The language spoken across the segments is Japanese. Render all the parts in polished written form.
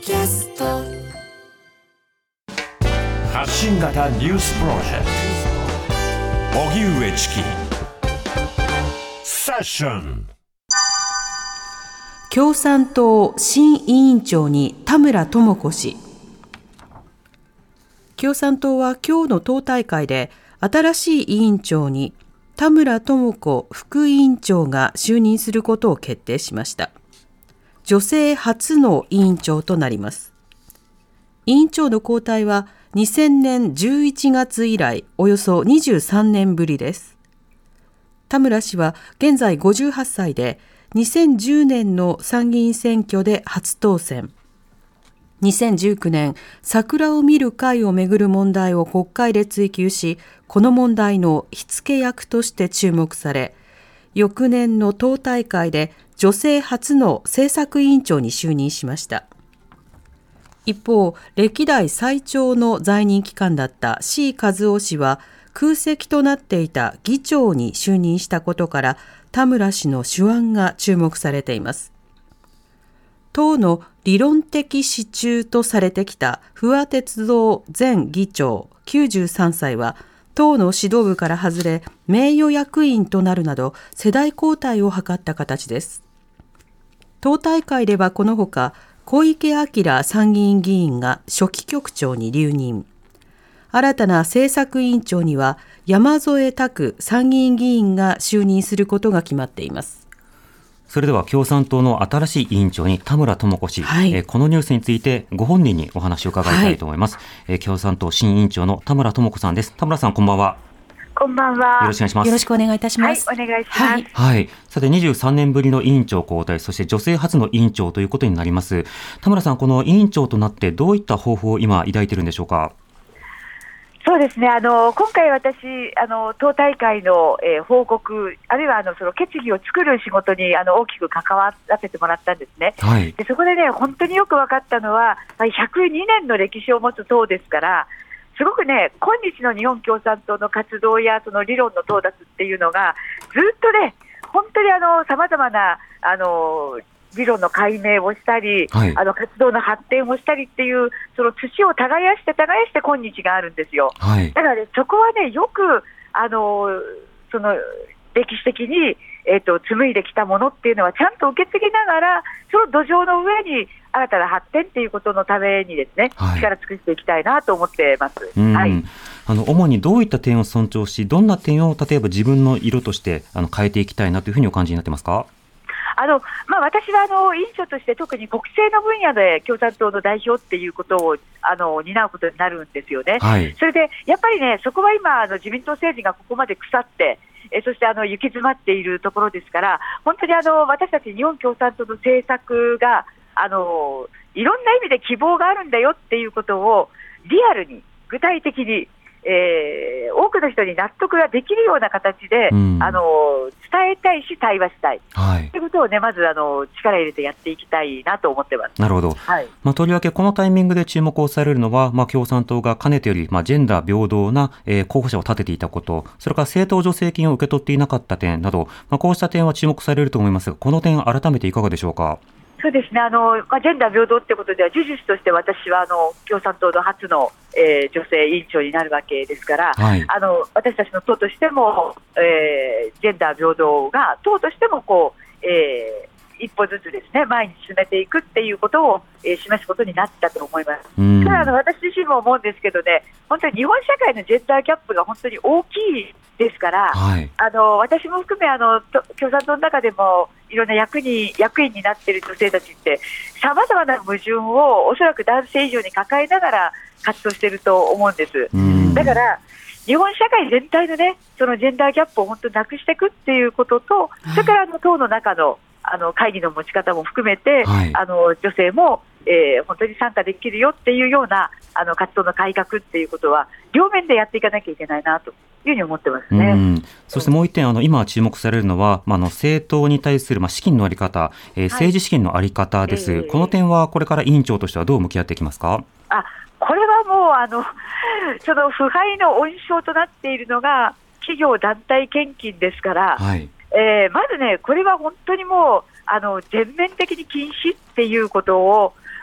キャスト発信型ニュースプロジェクト荻上チキセッション。 共産党新委員長に田村智子氏。共産党は今日の党大会で新しい委員長に田村智子副委員長が就任することを決定しました。女性初の委員長となります。委員長の交代は2000年11月以来およそ23年ぶりです。田村氏は現在58歳で2010年の参議院選挙で初当選。2019年、桜を見る会をめぐる問題を国会で追及し、この問題の火付け役として注目され、翌年の党大会で女性初の政策委員長に就任しました。一方、歴代最長の在任期間だった志位和夫氏は、空席となっていた議長に就任したことから、田村氏の手腕が注目されています。党の理論的支柱とされてきた不破鉄道前議長93歳は、党の指導部から外れ名誉役員となるなど世代交代を図った形です。党大会ではこのほか小池晃参議院議員が書記局長に留任。新たな政策委員長には山添拓参議院議員が就任することが決まっています。 それでは共産党の新しい委員長に田村智子氏、このニュースについてご本人にお話を伺いたいと思います。共産党新委員長の田村智子さんです。田村さん、こんばんは。 こんばんは。 よろしくお願いします。 よろしくお願いいたします。 はい、お願いします。 はい。さて、23年ぶりの委員長交代、そして女性初の委員長ということになります。田村さん、この委員長となってどういった抱負を今抱いているんでしょうか。 そうですね、今回私党大会の、報告あるいはその決議を作る仕事に大きく関わらせてもらったんですね。でそこでね、本当によく分かったのは102年の歴史を持つ党ですから、すごくね、今日の日本共産党の活動やその理論の到達っていうのがずっとね、本当にさまざまな理論の解明をしたり、活動の発展をしたりっていう、その土を耕して今日があるんですよ。だから、ね、そこはね、よくその歴史的に、紡いできたものっていうのはちゃんと受け継ぎながら、その土壌の上に新たな発展っていうことのためにですね、力尽くしていきたいなと思ってます。 主にどういった点を尊重し、どんな点を例えば自分の色として変えていきたいなというふうにお感じになってますか。 私は委員長として特に国政の分野で共産党の代表っていうことを担うことになるんですよね。それでやっぱりね、そこは今自民党政治がここまで腐ってそして行き詰まっているところですから、本当に私たち日本共産党の政策がいろんな意味で希望があるんだよっていうことをリアルに具体的に多くの人に納得ができるような形で、伝えたいし対話したい、ということをね、まず力入れてやっていきたいなと思ってます。 なるほど。とりわけこのタイミングで注目をされるのは、共産党がかねてより、ジェンダー平等な、候補者を立てていたこと、それから政党助成金を受け取っていなかった点など、こうした点は注目されると思いますが、この点改めていかがでしょうか。 そうですね、ジェンダー平等ということでは事実として私は共産党の初の、女性委員長になるわけですから、私たちの党としても、ジェンダー平等が党としても一歩ずつですね、前に進めていくっていうことを、示すことになったと思います。ただ私自身も思うんですけどね、本当に日本社会のジェンダーギャップが本当に大きいですから、私も含め共産党の中でもいろんな役員になっている女性たちってさまざまな矛盾をおそらく男性以上に抱えながら活動していると思うんです。だから日本社会全体のね、そのジェンダーギャップを本当になくしていくっていうことと、それから党の中の会議の持ち方も含めて、女性も、本当に参加できるよっていうような活動の改革っていうことは両面でやっていかなきゃいけないなというふうに思ってますね。 そしてもう一点、今注目されるのは、政党に対する資金の在り方、政治資金の在り方です。この点はこれから委員長としてはどう向き合っていきますか。 これはもうその腐敗の温床となっているのが企業団体献金ですから、まずね、これは本当にもう全面的に禁止っていうことを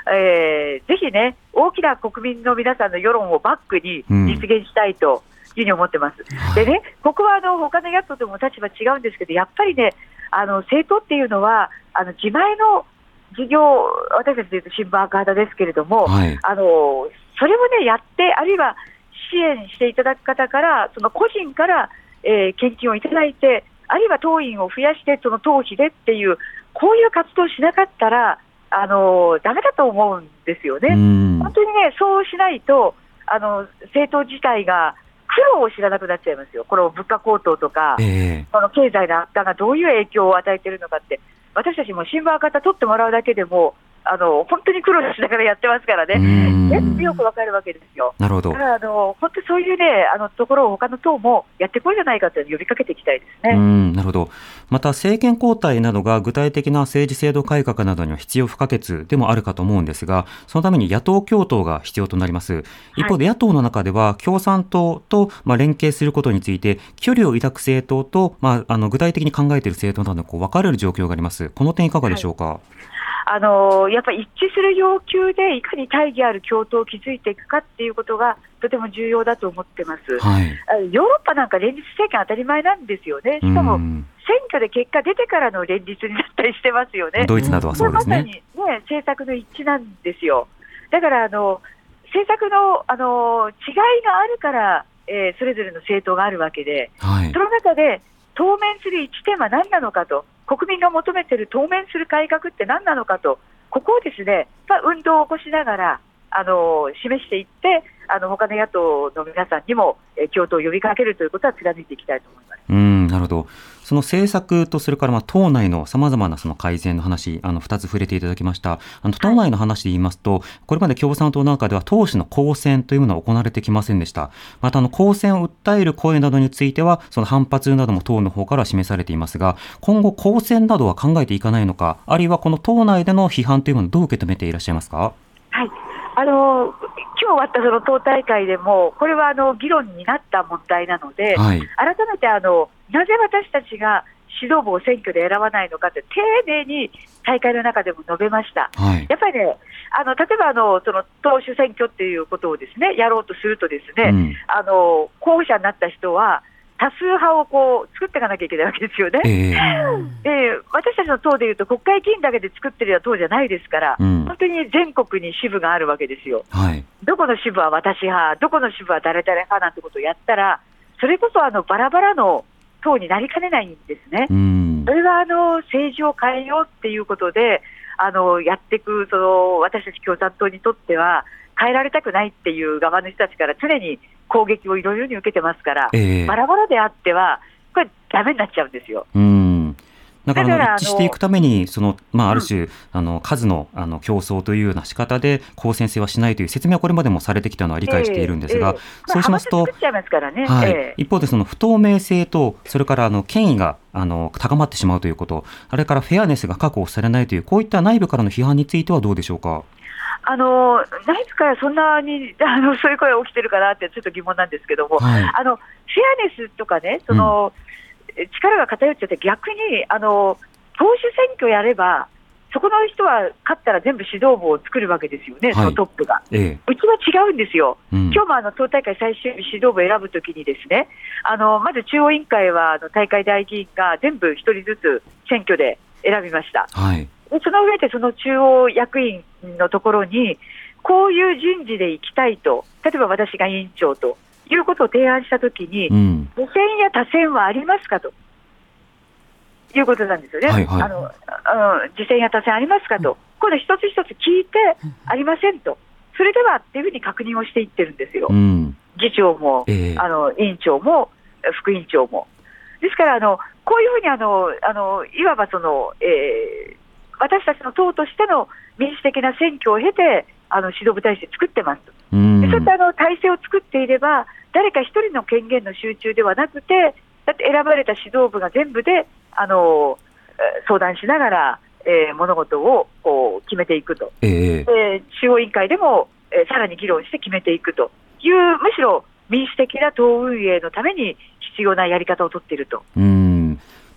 ぜひね、大きな国民の皆さんの世論をバックに実現したいというふうに思ってます。でね、ここは他の野党とも立場違うんですけど、やっぱりね、政党っていうのは自前の事業、私たちでいうと新聞赤旗ですけれども、はい、それをねやって、あるいは支援していただく方から、その個人から、献金をいただいて、あるいは党員を増やしてその党費でっていう、こういう活動をしなかったらダメだと思うんですよね。本当にね、そうしないと政党自体が苦労を知らなくなっちゃいますよ。この物価高騰とか、この経済の悪化がどういう影響を与えているのかって、私たちも新聞赤旗取ってもらうだけでも本当に苦労しながらやってますからね、全部よくわかるわけですよ。 なるほど。 だから本当そういうねところを他の党もやってこいじゃないかというのを呼びかけていきたいですね。 なるほど。また政権交代などが具体的な政治制度改革などには必要不可欠でもあるかと思うんですが、そのために野党共闘が必要となります。一方で野党の中では共産党と連携することについて距離を抱く政党と、具体的に考えている政党など分かれる状況があります。この点いかがでしょうか。 やっぱり一致する要求でいかに大義ある共闘を築いていくかっていうことがとても重要だと思ってます。はい、ヨーロッパなんか連立政権当たり前なんですよね。しかも選挙で結果出てからの連立になったりしてますよね。 ドイツなどはそうですね。 まさにね、政策の一致なんですよ。だから政策の違いがあるから、それぞれの政党があるわけで、はい、その中で当面する一致点は何なのかと、国民が求めている当面する改革って何なのかと、ここをですね、運動を起こしながら示していって、他の野党の皆さんにも共闘を呼びかけるということは貫いていきたいと思います。 なるほど。その政策とそれから党内のさまざまなその改善の話、2つ触れていただきました。党内の話で言いますと、これまで共産党の中では党首の公選というものは行われてきませんでした。また公選を訴える声などについてはその反発なども党の方から示されていますが、今後公選などは考えていかないのか、あるいはこの党内での批判というものをどう受け止めていらっしゃいますか。 はい、今日終わったその党大会でもこれは議論になった問題なので、はい、改めてなぜ私たちが指導部を選挙で選ばないのかって丁寧に大会の中でも述べました。はい、やっぱりね、例えばその党首選挙っていうことをですねやろうとするとですね、候補者になった人は多数派を作っていかなきゃいけないわけですよね。私たちの党でいうと国会議員だけで作ってるような党じゃないですから、本当に全国に支部があるわけですよ。はい、どこの支部は私派、どこの支部は誰々派なんてことをやったら、それこそバラバラの党になりかねないんですね。それは政治を変えようっていうことでやっていく私たち共産党にとっては変えられたくないっていう側の人たちから常に攻撃をいろいろに受けてますから、バラバラであってはこれダメになっちゃうんですよ。 だから一致していくためにある種数の競争というような仕方で公選制はしないという説明はこれまでもされてきたのは理解しているんですが、そうしますと、一方でその不透明性とそれから権威が高まってしまうということ、あれからフェアネスが確保されないというこういった内部からの批判についてはどうでしょうか。 内部からそんなにそういう声が起きてるかなってちょっと疑問なんですけども、フェアネスとかね、力が偏っちゃって逆に党首選挙やればそこの人は勝ったら全部指導部を作るわけですよね、そのトップが。うちは違うんですよ。今日も党大会最終日指導部を選ぶときにですね、まず中央委員会は大会代議員が全部一人ずつ選挙で選びました。でその上でその中央役員のところにこういう人事で行きたいと、例えば私が委員長ということを提案したときに、補選や他選はありますかということなんですよね。次選や他選ありますかと、この一つ一つ聞いてありませんと、それではっていうふうに確認をしていってるんですよ。議長も、委員長も副委員長も。ですからこういうふうにいわば私たちの党としての民主的な選挙を経て指導部体制作ってますと。そういった体制を作っていれば誰か一人の権限の集中ではなくて、だって選ばれた指導部が全部で相談しながら、物事を決めていくと、中央委員会でも、さらに議論して決めていくという、むしろ民主的な党運営のために必要なやり方を取っていると。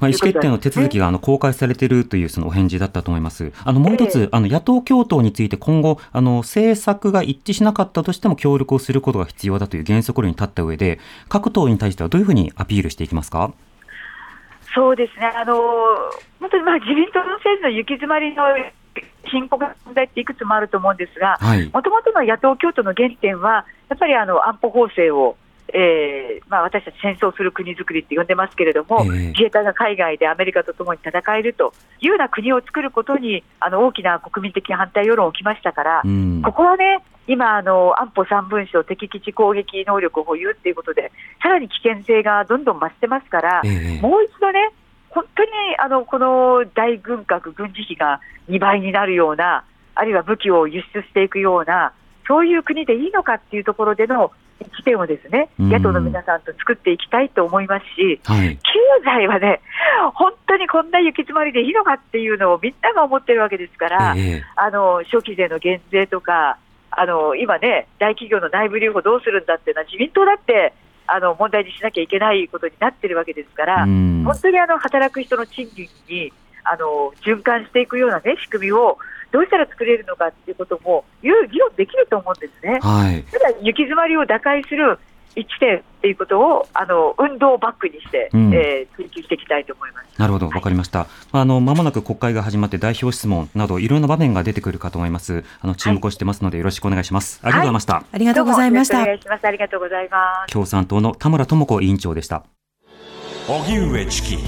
意思決定の手続きが公開されているというそのお返事だったと思います。もう一つ、野党共闘について今後政策が一致しなかったとしても協力をすることが必要だという原則論に立った上で、各党に対してはどういうふうにアピールしていきますか？ そうですね、本当に自民党の政治の行き詰まりの深刻な問題っていくつもあると思うんですが、もともとの野党共闘の原点はやっぱり安保法制を私たち戦争する国づくりって呼んでますけれども、自衛隊が海外でアメリカとともに戦えるというような国を作ることに大きな国民的反対世論起きましたから、ここはね、今安保3文書敵基地攻撃能力保有ということでさらに危険性がどんどん増してますから、もう一度ね、本当にこの大軍拡軍事費が2倍になるような、あるいは武器を輸出していくような、そういう国でいいのかっていうところでの一致点をですね、野党の皆さんと作っていきたいと思いますし、経済はね、本当にこんな行き詰まりでいいのかっていうのをみんなが思ってるわけですから、消費税の減税とか、今ね、大企業の内部留保どうするんだっていうのは自民党だって問題にしなきゃいけないことになってるわけですから、本当に働く人の賃金に循環していくような、ね、仕組みをどうしたら作れるのかということも議論できると思うんですね。ただ行き詰まりを打開する一致点ということを運動をバックにして、追求していきたいと思います。 なるほど、わかりました。間もなく国会が始まって代表質問などいろんな場面が出てくるかと思います。注目をしてますのでよろしくお願いします。ありがとうございました。 ありがとうございました。 お願いします。ありがとうございます。 共産党の田村智子委員長でした。 荻上チキ。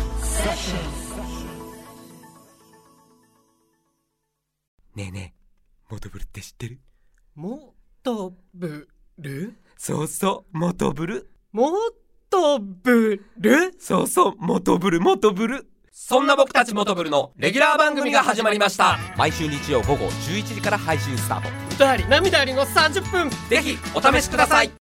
ねえねえ、モトブルって知ってる？ モトブル？ そうそう、モトブル。 モトブル？ そうそう、モトブル。 そんな僕たちモトブルのレギュラー番組が始まりました。毎週日曜午後11時から配信スタート。 歌あり涙ありの30分、 ぜひお試しください。